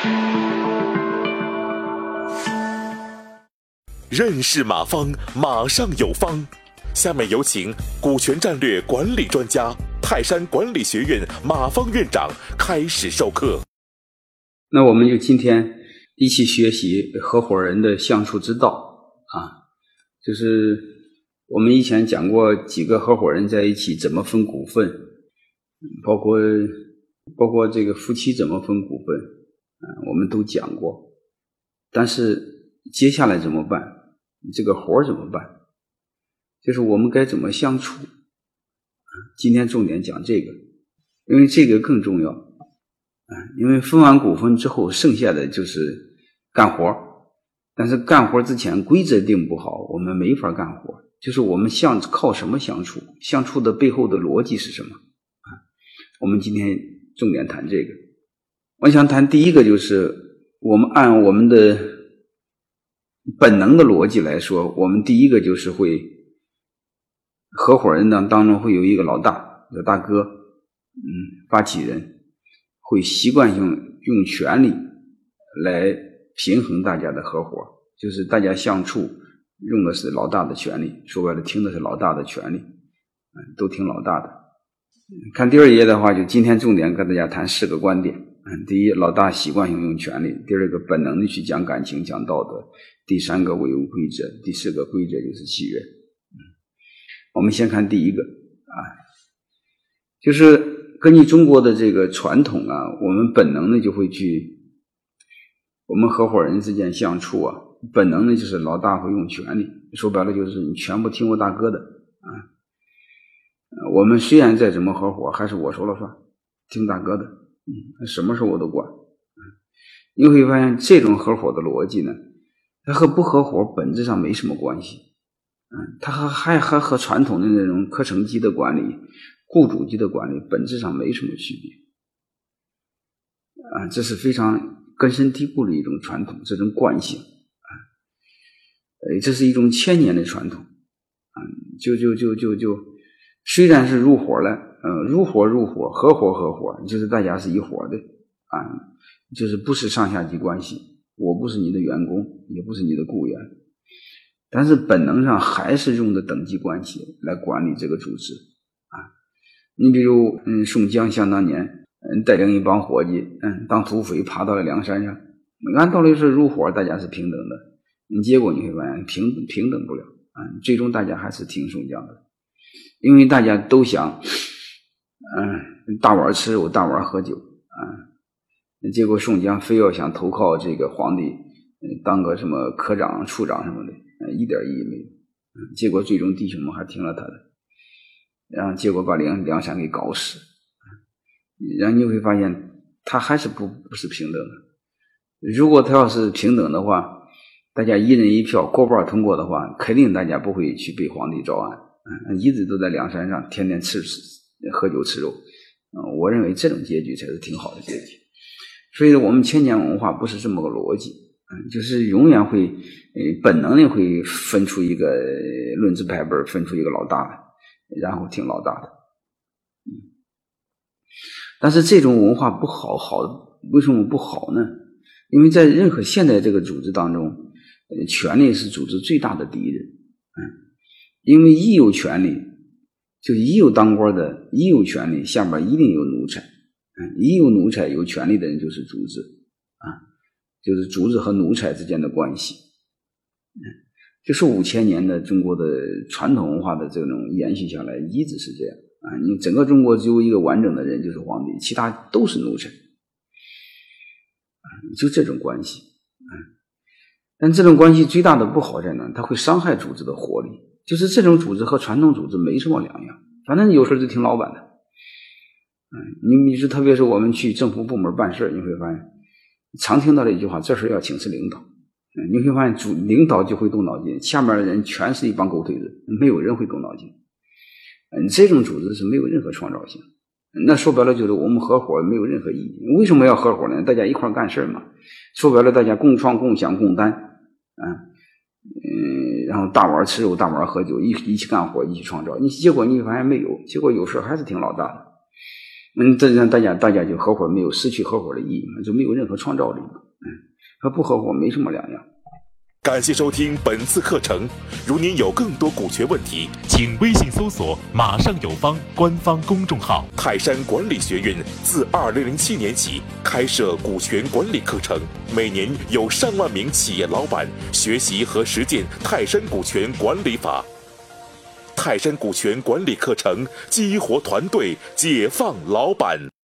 认识马方，马上有方。下面有请股权战略管理专家、泰山管理学院马方院长开始授课。 那我们就今天一起学习合伙人的相处之道啊，就是我们以前讲过几个合伙人在一起怎么分股份，包括这个夫妻怎么分股份我们都讲过。但是接下来怎么办？这个活怎么办？就是我们该怎么相处。今天重点讲这个，因为这个更重要。因为分完股份之后，剩下的就是干活，但是干活之前规则定不好，我们没法干活。就是我们靠什么相处？相处的背后的逻辑是什么？我们今天重点谈这个。我想谈第一个，就是我们按我们的本能的逻辑来说，我们第一个就是会合伙人当中会有一个老大，有大哥，发起人会习惯性用权力来平衡大家的合伙，就是大家相处用的是老大的权力，说白了听的是老大的权力，都听老大的。看第二页的话，就今天重点跟大家谈4个观点。第一，老大习惯性用权力；第二个，本能的去讲感情、讲道德；第3个，维护规则；第4个，规则就是契约。我们先看第一个就是根据中国的这个传统我们本能的就会去，我们合伙人之间相处本能的就是老大会用权力，说白了就是你全部听我大哥的我们虽然再怎么合伙，还是我说了算，听大哥的，什么事我都管。你会发现这种合伙的逻辑呢，它和不合伙本质上没什么关系。它还和传统的那种课程级的管理、雇主级的管理本质上没什么区别。这是非常根深蒂固的一种传统，这种惯性这是一种1000年的传统虽然是入伙了入伙，合伙，就是大家是一伙的就是不是上下级关系，我不是你的员工，也不是你的雇员，但是本能上还是用的等级关系来管理这个组织你比如宋江想当年带领一帮伙计当土匪爬到了梁山上，按道理是入伙大家是平等的，结果你会发现平等不了最终大家还是听宋江的，因为大家都想大碗吃肉大碗喝酒结果宋江非要想投靠这个皇帝当个什么科长处长什么的一点意义没有结果最终弟兄们还听了他的，然后结果把梁山给搞死然后你会发现他还是不是平等的。如果他要是平等的话，大家一人一票过半通过的话，肯定大家不会去被皇帝招安一直都在梁山上天天喝酒吃肉我认为这种结局才是挺好的结局。所以我们1000年文化不是这么个逻辑就是永远会本能的会分出一个论资排辈，分出一个老大的，然后听老大的但是这种文化不好，为什么不好呢？因为在任何现代这个组织当中权力是组织最大的敌人因为一有权力就一有当官的，一有权力下边一定有奴才一有奴才有权力的人就是组织就是组织和奴才之间的关系就是5000年的中国的传统文化的这种延续下来一直是这样你整个中国只有一个完整的人就是皇帝，其他都是奴才就这种关系但这种关系最大的不好在哪？它会伤害组织的活力，就是这种组织和传统组织没什么两样，反正有事就听老板的你是特别是我们去政府部门办事，你会发现常听到的一句话，这事要请示领导你会发现领导就会动脑筋，下面的人全是一帮狗腿子，没有人会动脑筋这种组织是没有任何创造性那说白了就是我们合伙没有任何意义。为什么要合伙呢？大家一块干事嘛，说白了大家共创共享共担然后大碗吃肉大碗喝酒一起干活一起创造，结果你发现没有，结果有事还是听老大的这让大家就合伙没有失去合伙的意义嘛，就没有任何创造力嘛，和不合伙没什么两样。 感谢收听本次课程。如您有更多股权问题，请微信搜索“马上有方”官方公众号。泰山管理学院自2007年起开设股权管理课程，每年有上万名企业老板学习和实践泰山股权管理法。泰山股权管理课程激活团队，解放老板。